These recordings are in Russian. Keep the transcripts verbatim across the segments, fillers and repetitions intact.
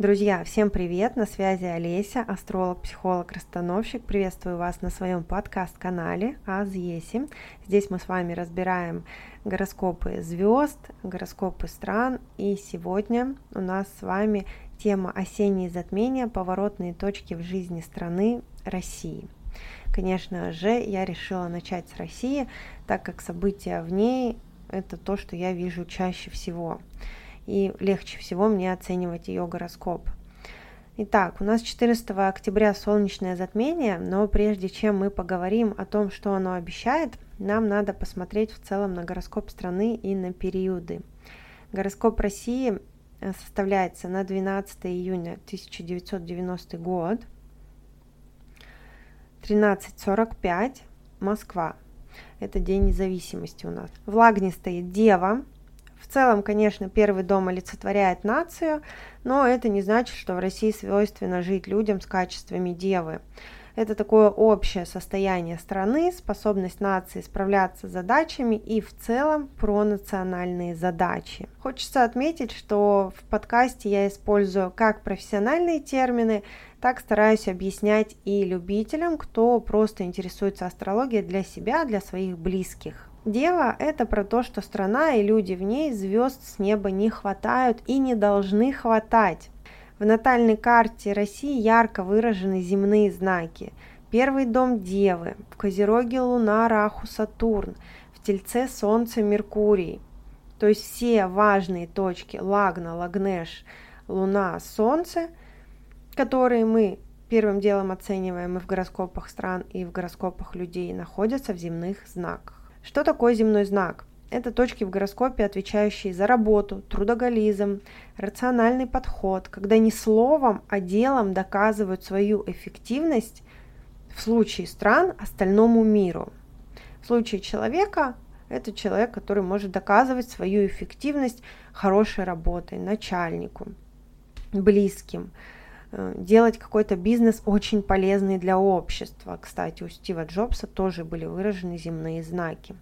Друзья, всем привет! На связи Олеся, астролог, психолог, расстановщик. Приветствую вас на своем подкаст-канале Азъеси. Здесь мы с вами разбираем гороскопы звезд, гороскопы стран. И сегодня у нас с вами тема осенние затмения, поворотные точки в жизни страны России. Конечно же, я решила начать с России, так как события в ней – это то, что я вижу чаще всего. И легче всего мне оценивать ее гороскоп. Итак, у нас четырнадцатого октября солнечное затмение, но прежде чем мы поговорим о том, что оно обещает, нам надо посмотреть в целом на гороскоп страны и на периоды. Гороскоп России составляется на двенадцатое июня тысяча девятьсот девяностый год, тринадцать сорок пять, Москва. Это день независимости у нас. В Лагне стоит Дева. В целом, конечно, первый дом олицетворяет нацию, но это не значит, что в России свойственно жить людям с качествами Девы. Это такое общее состояние страны, способность нации справляться с задачами и в целом про национальные задачи. Хочется отметить, что в подкасте я использую как профессиональные термины, так стараюсь объяснять и любителям, кто просто интересуется астрологией для себя, для своих близких. Дева – это про то, что страна и люди в ней звезд с неба не хватают и не должны хватать. В натальной карте России ярко выражены земные знаки. Первый дом Девы, в Козероге Луна, Раху, Сатурн, в Тельце Солнце, Меркурий. То есть все важные точки Лагна, Лагнеш, Луна, Солнце, которые мы первым делом оцениваем и в гороскопах стран, и в гороскопах людей, находятся в земных знаках. Что такое земной знак? Это точки в гороскопе, отвечающие за работу, трудоголизм, рациональный подход, когда не словом, а делом доказывают свою эффективность в случае стран остальному миру. В случае человека это человек, который может доказывать свою эффективность хорошей работой, начальнику, близким, делать какой-то бизнес очень полезный для общества. Кстати, у Стива Джобса тоже были выражены земные знаки.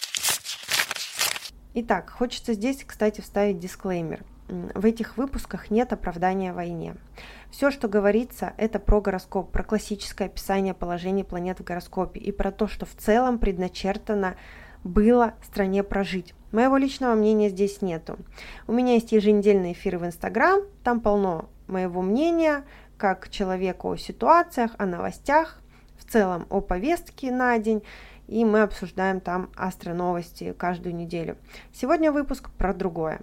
Итак, хочется здесь, кстати, вставить дисклеймер. В этих выпусках нет оправдания войне. Все, что говорится, это про гороскоп, про классическое описание положений планет в гороскопе и про то, что в целом предначертано было стране прожить. Моего личного мнения здесь нету. У меня есть еженедельные эфиры в Инстаграм, там полно моего мнения, как человека о ситуациях, о новостях, в целом о повестке на день, и мы обсуждаем там астроновости каждую неделю. Сегодня выпуск про другое.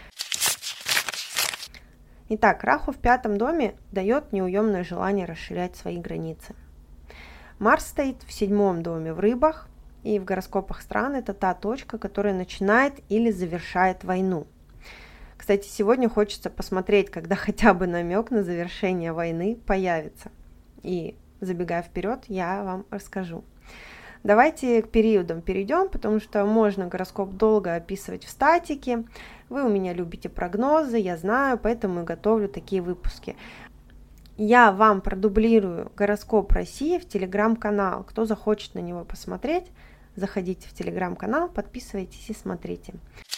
Итак, Раху в пятом доме дает неуемное желание расширять свои границы. Марс стоит в седьмом доме в Рыбах, и в гороскопах стран это та точка, которая начинает или завершает войну. Кстати, сегодня хочется посмотреть, когда хотя бы намек на завершение войны появится. И, забегая вперед, я вам расскажу. Давайте к периодам перейдем, потому что можно гороскоп долго описывать в статике. Вы у меня любите прогнозы, я знаю, поэтому и готовлю такие выпуски. Я вам продублирую гороскоп России в телеграм-канал. Кто захочет на него посмотреть, заходите в телеграм-канал, подписывайтесь и смотрите.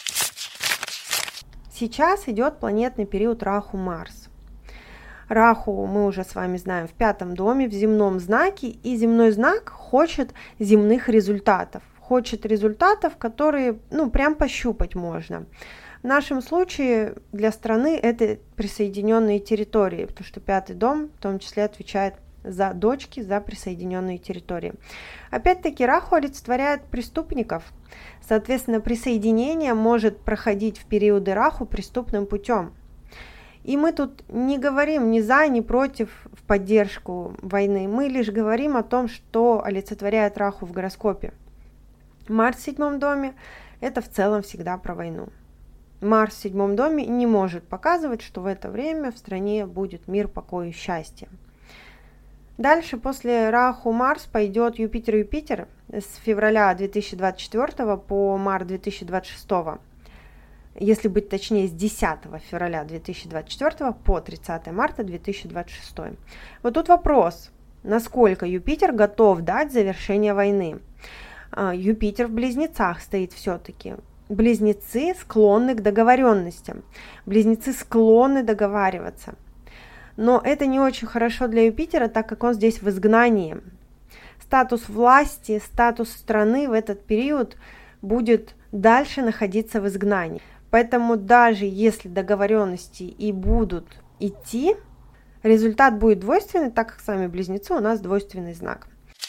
Сейчас идет планетный период Раху-Марс. Раху мы уже с вами знаем в пятом доме, в земном знаке, и земной знак хочет земных результатов. Хочет результатов, которые, ну, прям пощупать можно. В нашем случае для страны это присоединенные территории, потому что пятый дом в том числе отвечает за дочки, за присоединенные территории. Опять-таки Раху олицетворяет преступников. Соответственно, присоединение может проходить в периоды Раху преступным путем. И мы тут не говорим ни за, ни против в поддержку войны. Мы лишь говорим о том, что олицетворяет Раху в гороскопе. Марс в седьмом доме – это в целом всегда про войну. Марс в седьмом доме не может показывать, что в это время в стране будет мир, покой и счастье. Дальше после Раху Марс пойдет Юпитер-Юпитер с февраля две тысячи двадцать четвёртого по март две тысячи двадцать шестого. Если быть точнее, с десятого февраля две тысячи двадцать четвёртого по тридцатое марта две тысячи двадцать шестого. Вот тут вопрос, насколько Юпитер готов дать завершение войны. Юпитер в Близнецах стоит все-таки. Близнецы склонны к договоренностям. Близнецы склонны договариваться. Но это не очень хорошо для Юпитера, так как он здесь в изгнании. Статус власти, статус страны в этот период будет дальше находиться в изгнании. Поэтому даже если договоренности и будут идти, результат будет двойственный, так как сами близнецы у нас двойственный знак.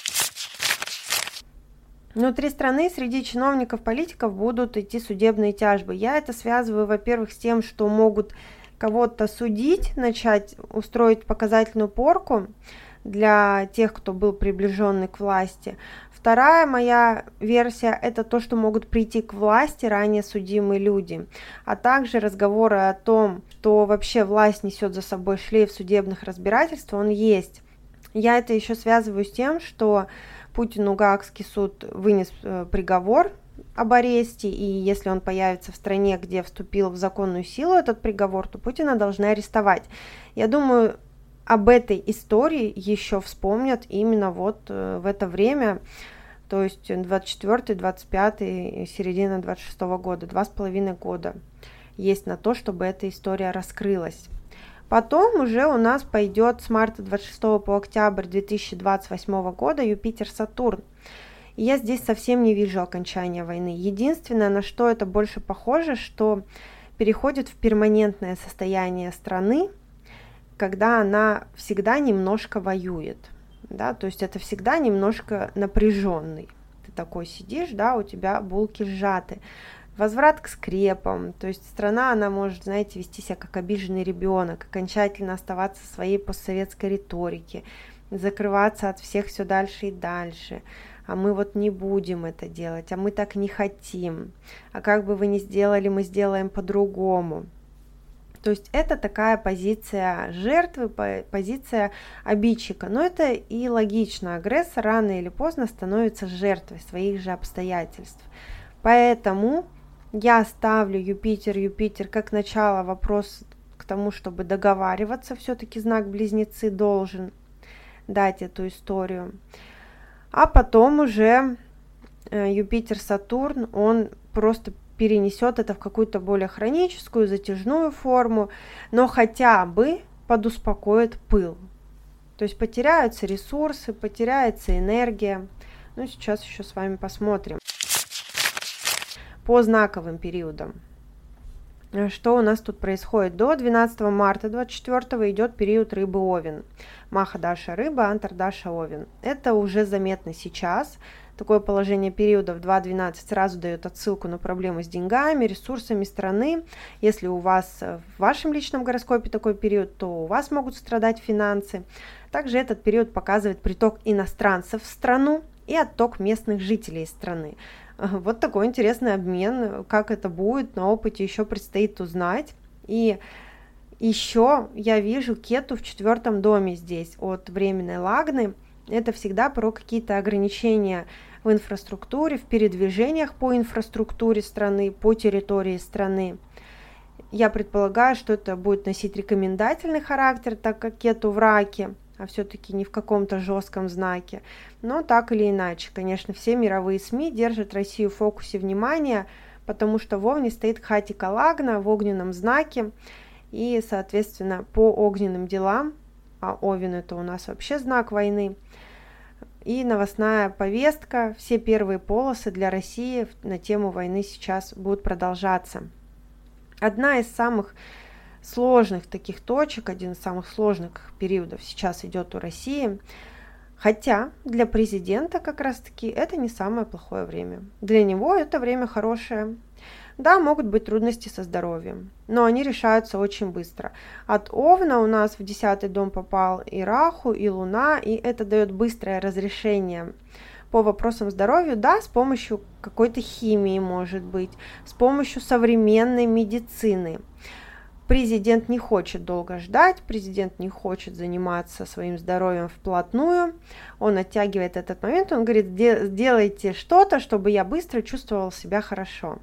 Внутри страны среди чиновников, политиков будут идти судебные тяжбы. Я это связываю, во-первых, с тем, что могут кого-то судить, начать устроить показательную порку для тех, кто был приближенный к власти. Вторая моя версия – это то, что могут прийти к власти ранее судимые люди, а также разговоры о том, что вообще власть несет за собой шлейф судебных разбирательств, он есть. Я это еще связываю с тем, что Путину Гаагский суд вынес приговор об аресте, и если он появится в стране, где вступил в законную силу этот приговор, то Путина должны арестовать. Я думаю, об этой истории еще вспомнят именно вот в это время, то есть двадцать четвёртый, двадцать пятый, середина двадцать шестого года, два с половиной года есть на то, чтобы эта история раскрылась. Потом уже у нас пойдет с марта двадцать шестого по октябрь две тысячи двадцать восьмого года Юпитер-Сатурн. И я здесь совсем не вижу окончания войны. Единственное, на что это больше похоже, что переходит в перманентное состояние страны, когда она всегда немножко воюет. Да? То есть это всегда немножко напряженный. Ты такой сидишь, да, у тебя булки сжаты. Возврат к скрепам, то есть страна, она может, знаете, вести себя как обиженный ребенок, окончательно оставаться в своей постсоветской риторике, закрываться от всех все дальше и дальше, а мы вот не будем это делать, а мы так не хотим, а как бы вы ни сделали, мы сделаем по-другому. То есть это такая позиция жертвы, позиция обидчика, но это и логично, агрессор рано или поздно становится жертвой своих же обстоятельств, поэтому я ставлю Юпитер, Юпитер как начало, вопрос к тому, чтобы договариваться, все-таки знак Близнецы должен дать эту историю. А потом уже Юпитер, Сатурн, он просто перенесет это в какую-то более хроническую, затяжную форму, но хотя бы подуспокоит пыл. То есть потеряются ресурсы, потеряется энергия. Ну, сейчас еще с вами посмотрим. По знаковым периодам. Что у нас тут происходит? До двенадцатого марта двадцать четвёртого идет период Рыбы-Овен. Маха-Даша Рыба, Антар-Даша Овен. Это уже заметно сейчас. Такое положение периодов два двенадцать сразу дает отсылку на проблемы с деньгами, ресурсами страны. Если у вас в вашем личном гороскопе такой период, то у вас могут страдать финансы. Также этот период показывает приток иностранцев в страну и отток местных жителей из страны. Вот такой интересный обмен, как это будет, на опыте еще предстоит узнать. И еще я вижу Кету в четвертом доме здесь от временной лагны. Это всегда про какие-то ограничения в инфраструктуре, в передвижениях по инфраструктуре страны, по территории страны. Я предполагаю, что это будет носить рекомендательный характер, так как Кету в раке, а все-таки не в каком-то жестком знаке. Но так или иначе, конечно, все мировые СМИ держат Россию в фокусе внимания, потому что в Овне стоит Хатика Лагна в огненном знаке, и, соответственно, по огненным делам, а Овен это у нас вообще знак войны, и новостная повестка, все первые полосы для России на тему войны сейчас будут продолжаться. Одна из самых сложных таких точек, один из самых сложных периодов сейчас идет у России, хотя для президента как раз-таки это не самое плохое время. Для него это время хорошее. Да, могут быть трудности со здоровьем, но они решаются очень быстро. От Овна у нас в десятый дом попал и Раху, и Луна, и это дает быстрое разрешение по вопросам здоровья, да, с помощью какой-то химии, может быть, с помощью современной медицины. Президент не хочет долго ждать, президент не хочет заниматься своим здоровьем вплотную, он оттягивает этот момент, он говорит, сделайте что-то, чтобы я быстро чувствовал себя хорошо.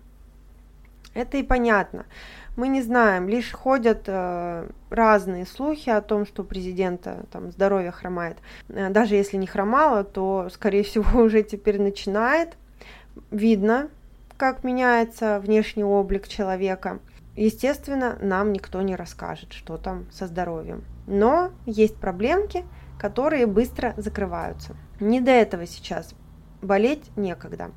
Это и понятно. Мы не знаем, лишь ходят э, разные слухи о том, что у президента там здоровье хромает. Э, даже если не хромало, то, скорее всего, уже теперь начинает. Видно, как меняется внешний облик человека. естественно, нам никто не расскажет, что там со здоровьем. Но есть проблемки, которые быстро закрываются. Не до этого сейчас. Болеть некогда.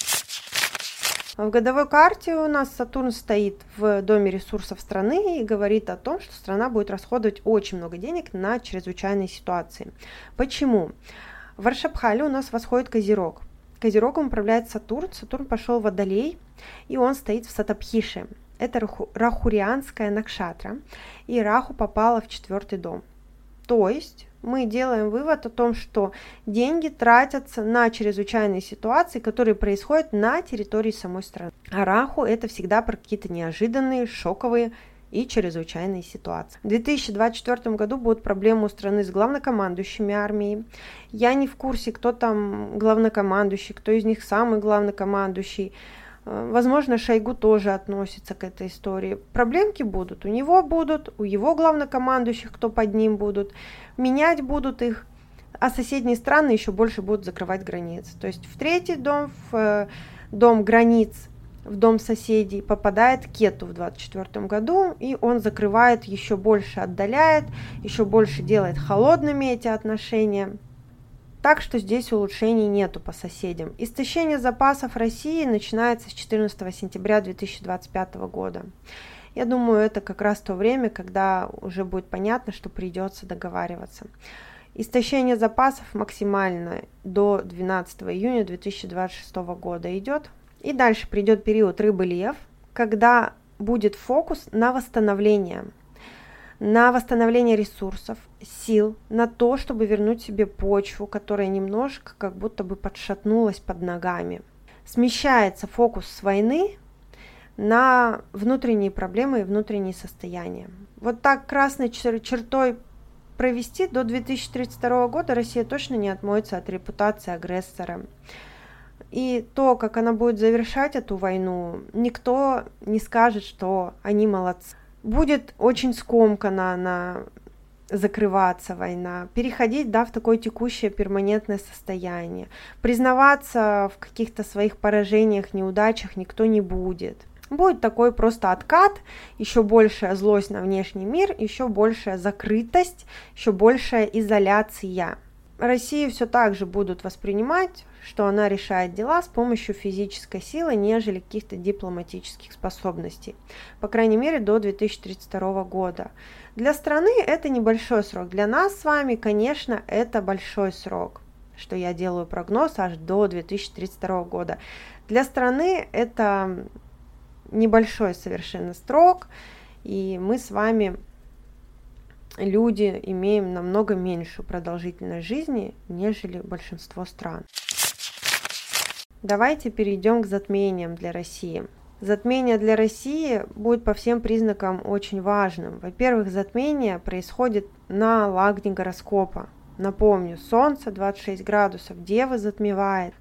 В годовой карте у нас Сатурн стоит в доме ресурсов страны и говорит о том, что страна будет расходовать очень много денег на чрезвычайные ситуации. Почему? В Варшабхале у нас восходит Козерог. Козерогом управляет Сатурн. Сатурн пошел в Водолей, и он стоит в Сатабхише. Это раху, рахурианская накшатра, и Раху попала в четвертый дом. То есть мы делаем вывод о том, что деньги тратятся на чрезвычайные ситуации, которые происходят на территории самой страны. А Раху это всегда про какие-то неожиданные, шоковые и чрезвычайные ситуации. В две тысячи двадцать четвёртом году будут проблемы у страны с главнокомандующими армией. Я не в курсе, кто там главнокомандующий, кто из них самый главнокомандующий. Возможно, Шойгу тоже относится к этой истории. Проблемки будут, у него будут, у его главнокомандующих, кто под ним будут, менять будут их, а соседние страны еще больше будут закрывать границы. То есть в третий дом, в дом границ, в дом соседей попадает Кету в двадцать четвёртом году, и он закрывает, еще больше отдаляет, еще больше делает холодными эти отношения. Так что здесь улучшений нету по соседям. Истощение запасов России начинается с четырнадцатого сентября две тысячи двадцать пятого года. Я думаю, это как раз то время, когда уже будет понятно, что придется договариваться. Истощение запасов максимально до двенадцатого июня две тысячи двадцать шестого года идет. И дальше придет период Рыбы-Лев, когда будет фокус на восстановление. на восстановление ресурсов, сил, на то, чтобы вернуть себе почву, которая немножко как будто бы подшатнулась под ногами. Смещается фокус с войны на внутренние проблемы и внутренние состояния. Вот так красной чертой провести до две тысячи тридцать второго года Россия точно не отмоется от репутации агрессора. И то, как она будет завершать эту войну, никто не скажет, что они молодцы. Будет очень скомканно она закрываться, война, переходить, да, в такое текущее перманентное состояние. Признаваться в каких-то своих поражениях, неудачах никто не будет. Будет такой просто откат, еще большая злость на внешний мир, еще большая закрытость, еще большая изоляция. Россию все так же будут воспринимать, что она решает дела с помощью физической силы, нежели каких-то дипломатических способностей. По крайней мере, до две тысячи тридцать второго года. Для страны это небольшой срок. Для нас с вами, конечно, это большой срок, что я делаю прогноз аж до две тысячи тридцать второго года. Для страны это небольшой совершенно срок, и мы с вами, люди, имеем намного меньшую продолжительность жизни, нежели большинство стран. Давайте перейдем к затмениям для России. Затмение для России будет по всем признакам очень важным. Во-первых, затмение происходит на лагне гороскопа. Напомню, Солнце двадцать шесть градусов, Девы затмевает.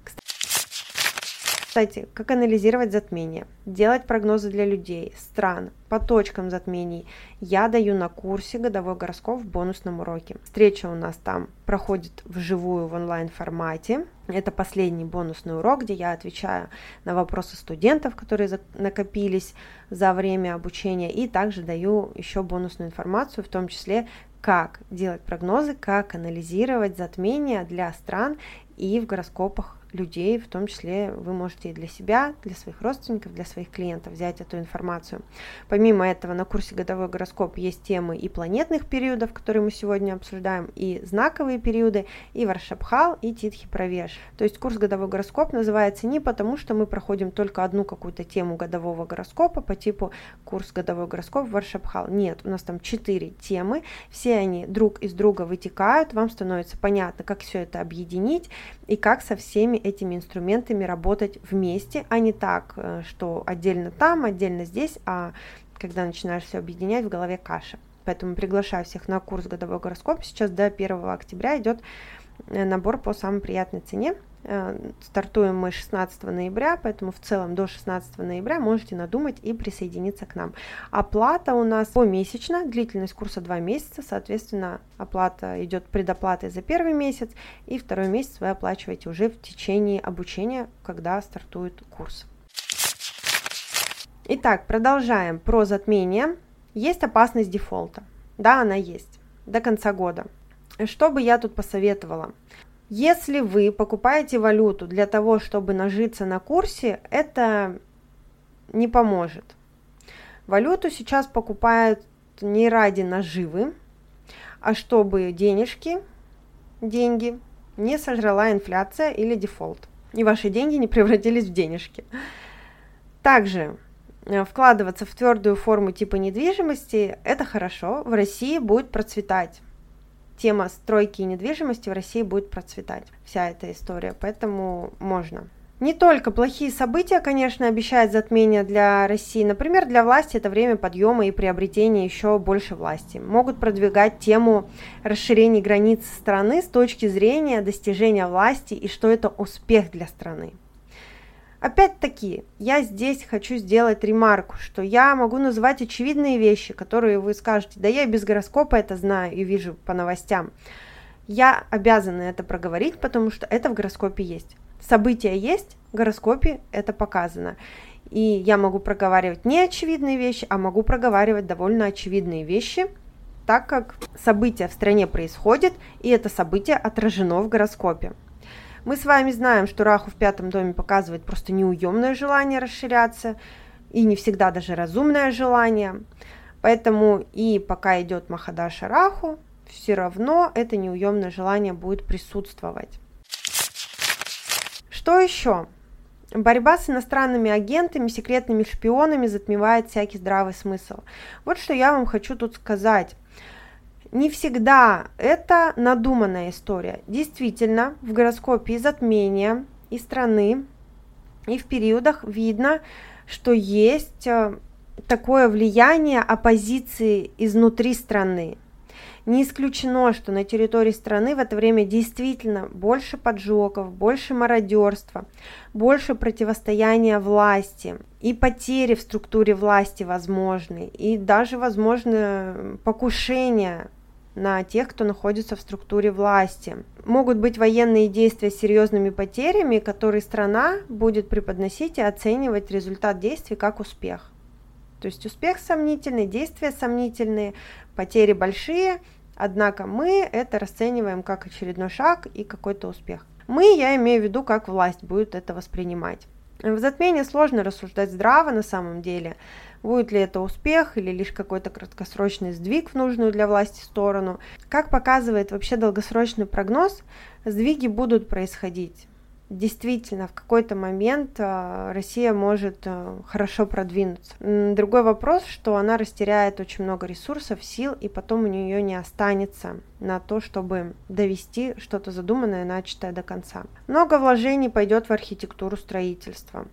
Кстати, как анализировать затмение? Делать прогнозы для людей, стран, по точкам затмений я даю на курсе «Годовой гороскоп» в бонусном уроке. Встреча у нас там проходит вживую в онлайн-формате. Это последний бонусный урок, где я отвечаю на вопросы студентов, которые накопились за время обучения, и также даю еще бонусную информацию, в том числе, как делать прогнозы, как анализировать затмения для стран и в гороскопах людей, в том числе вы можете и для себя, для своих родственников, для своих клиентов взять эту информацию. Помимо этого, на курсе «Годовой гороскоп» есть темы и планетных периодов, которые мы сегодня обсуждаем, и знаковые периоды, и Варшабхал, и Титхи-Правеш. То есть курс «Годовой гороскоп» называется не потому, что мы проходим только одну какую-то тему годового гороскопа по типу курс «Годовой гороскоп» Варшабхал. Нет, у нас там четыре темы, все они друг из друга вытекают, вам становится понятно, как все это объединить и как со всеми этими инструментами работать вместе, а не так, что отдельно там, отдельно здесь, а когда начинаешь все объединять, в голове каша. Поэтому приглашаю всех на курс «Годовой гороскоп». Сейчас до первого октября идет набор по самой приятной цене. Стартуем мы шестнадцатого ноября, поэтому в целом до шестнадцатого ноября можете надумать и присоединиться к нам. Оплата у нас помесячно, длительность курса два месяца, соответственно, оплата идет предоплатой за первый месяц, и второй месяц вы оплачиваете уже в течение обучения, когда стартует курс. Итак, продолжаем про затмение. Есть опасность дефолта. Да, она есть. До конца года. Что бы я тут посоветовала? Если вы покупаете валюту для того, чтобы нажиться на курсе, это не поможет. Валюту сейчас покупают не ради наживы, а чтобы денежки, деньги не сожрала инфляция или дефолт, и ваши деньги не превратились в денежки. Также вкладываться в твердую форму типа недвижимости – это хорошо, в России будет процветать. Тема стройки и недвижимости в России будет процветать, вся эта история, поэтому можно. Не только плохие события, конечно, обещают затмение для России. Например, для власти это время подъема и приобретения еще больше власти. Могут продвигать тему расширения границ страны с точки зрения достижения власти и что это успех для страны. Опять-таки, я здесь хочу сделать ремарку, что я могу называть очевидные вещи, которые вы скажете, да я и без гороскопа это знаю и вижу по новостям. Я обязана это проговорить, потому что это в гороскопе есть. События есть, в гороскопе это показано. И я могу проговаривать не очевидные вещи, а могу проговаривать довольно очевидные вещи, так как события в стране происходят, и это событие отражено в гороскопе. Мы с вами знаем, что Раху в пятом доме показывает просто неуемное желание расширяться, и не всегда даже разумное желание. Поэтому и пока идет Махадаша Раху, все равно это неуемное желание будет присутствовать. Что еще? Борьба с иностранными агентами, секретными шпионами затмевает всякий здравый смысл. Вот что я вам хочу тут сказать. Не всегда это надуманная история. Действительно, в гороскопе и затмения, и страны, и в периодах видно, что есть такое влияние оппозиции изнутри страны. Не исключено, что на территории страны в это время действительно больше поджогов, больше мародерства, больше противостояния власти, и потери в структуре власти возможны, и даже возможно покушения на тех, кто находится в структуре власти. Могут быть военные действия с серьезными потерями, которые страна будет преподносить и оценивать результат действий как успех. То есть успех сомнительный, действия сомнительные, потери большие, однако мы это расцениваем как очередной шаг и какой-то успех. Мы, я имею в виду, как власть будет это воспринимать. В затмении сложно рассуждать здраво на самом деле, будет ли это успех или лишь какой-то краткосрочный сдвиг в нужную для власти сторону. Как показывает вообще долгосрочный прогноз, сдвиги будут происходить. Действительно, в какой-то момент Россия может хорошо продвинуться. Другой вопрос, что она растеряет очень много ресурсов, сил, и потом у нее не останется на то, чтобы довести что-то задуманное, начатое до конца. Много вложений пойдет в архитектуру строительства.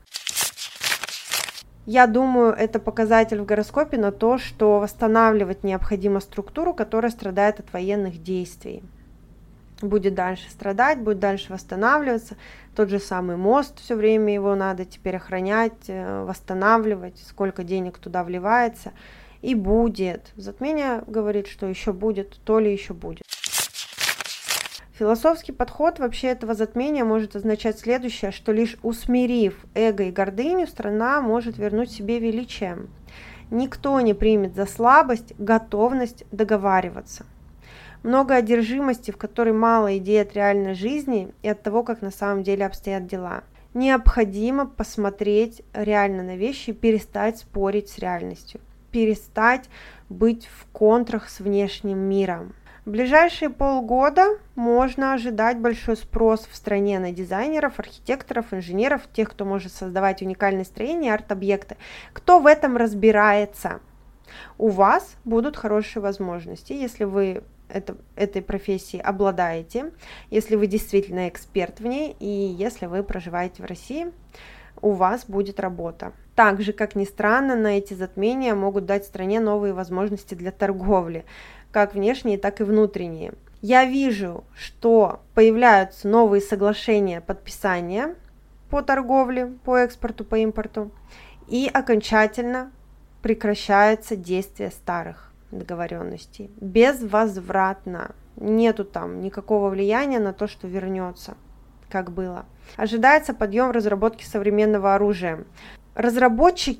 Я думаю, это показатель в гороскопе на то, что восстанавливать необходимо структуру, которая страдает от военных действий. Будет дальше страдать, будет дальше восстанавливаться. Тот же самый мост, все время его надо теперь охранять, восстанавливать, сколько денег туда вливается. И будет. Затмение говорит, что еще будет, то ли еще будет. Философский подход вообще этого затмения может означать следующее, что лишь усмирив эго и гордыню, страна может вернуть себе величие. Никто не примет за слабость готовность договариваться. Много одержимости, в которой мало идей от реальной жизни и от того, как на самом деле обстоят дела. Необходимо посмотреть реально на вещи и перестать спорить с реальностью. Перестать быть в контрах с внешним миром. В ближайшие полгода можно ожидать большой спрос в стране на дизайнеров, архитекторов, инженеров, тех, кто может создавать уникальные строения и арт-объекты. Кто в этом разбирается? У вас будут хорошие возможности, если вы это, этой профессией обладаете, если вы действительно эксперт в ней и если вы проживаете в России, у вас будет работа. Так же, как ни странно, на эти затмения могут дать стране новые возможности для торговли, как внешние, так и внутренние. Я вижу, что появляются новые соглашения, подписания по торговле, по экспорту, по импорту, и окончательно прекращается действие старых договоренностей. Безвозвратно. Нету там никакого влияния на то, что вернется, как было. Ожидается подъем в разработке современного оружия. Разработчики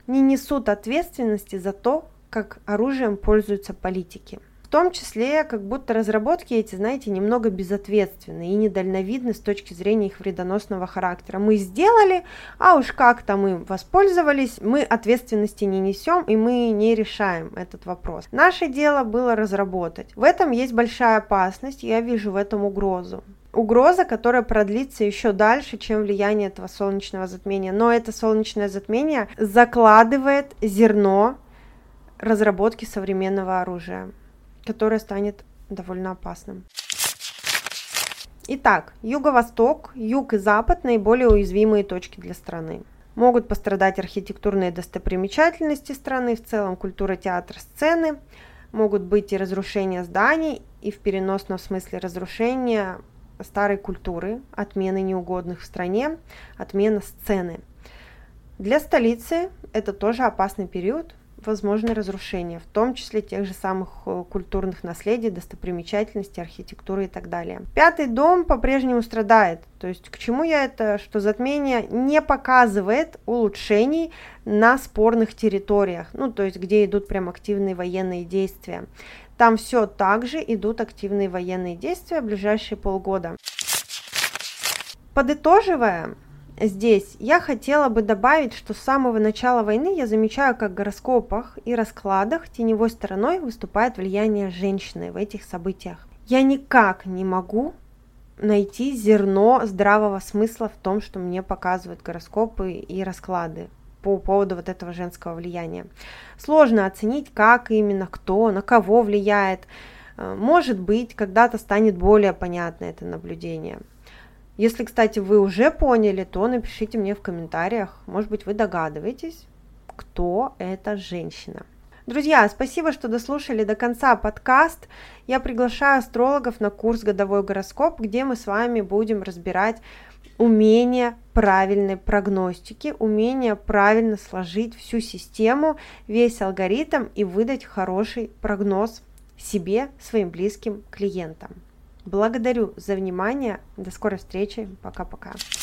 не несут ответственности за то, как оружием пользуются политики. В том числе, как будто разработки эти, знаете, немного безответственны и недальновидны с точки зрения их вредоносного характера. Мы сделали, а уж как-то мы воспользовались, мы ответственности не несем и мы не решаем этот вопрос. Наше дело было разработать. В этом есть большая опасность, я вижу в этом угрозу. Угроза, которая продлится еще дальше, чем влияние этого солнечного затмения. Но это солнечное затмение закладывает зерно разработки современного оружия, которое станет довольно опасным. Итак, юго-восток, юг и запад – наиболее уязвимые точки для страны. Могут пострадать архитектурные достопримечательности страны, в целом культура, театр, сцены. Могут быть и разрушения зданий, и в переносном смысле разрушения старой культуры, отмены неугодных в стране, отмена сцены. Для столицы это тоже опасный период, возможны разрушения, в том числе тех же самых культурных наследий, достопримечательностей, архитектуры и так далее. Пятый дом по-прежнему страдает. То есть к чему я это? Что затмение не показывает улучшений на спорных территориях, ну то есть где идут прям активные военные действия. Там все так же идут активные военные действия в ближайшие полгода. Подытоживая, здесь я хотела бы добавить, что с самого начала войны я замечаю, как в гороскопах и раскладах теневой стороной выступает влияние женщины в этих событиях. Я никак не могу найти зерно здравого смысла в том, что мне показывают гороскопы и расклады по поводу вот этого женского влияния. Сложно оценить, как именно, кто, на кого влияет. Может быть, когда-то станет более понятно это наблюдение. Если, кстати, вы уже поняли, то напишите мне в комментариях. Может быть, вы догадываетесь, кто эта женщина. Друзья, спасибо, что дослушали до конца подкаст. Я приглашаю астрологов на курс «Годовой гороскоп», где мы с вами будем разбирать умение правильной прогностики, умение правильно сложить всю систему, весь алгоритм и выдать хороший прогноз себе, своим близким клиентам. Благодарю за внимание. До скорой встречи. Пока-пока.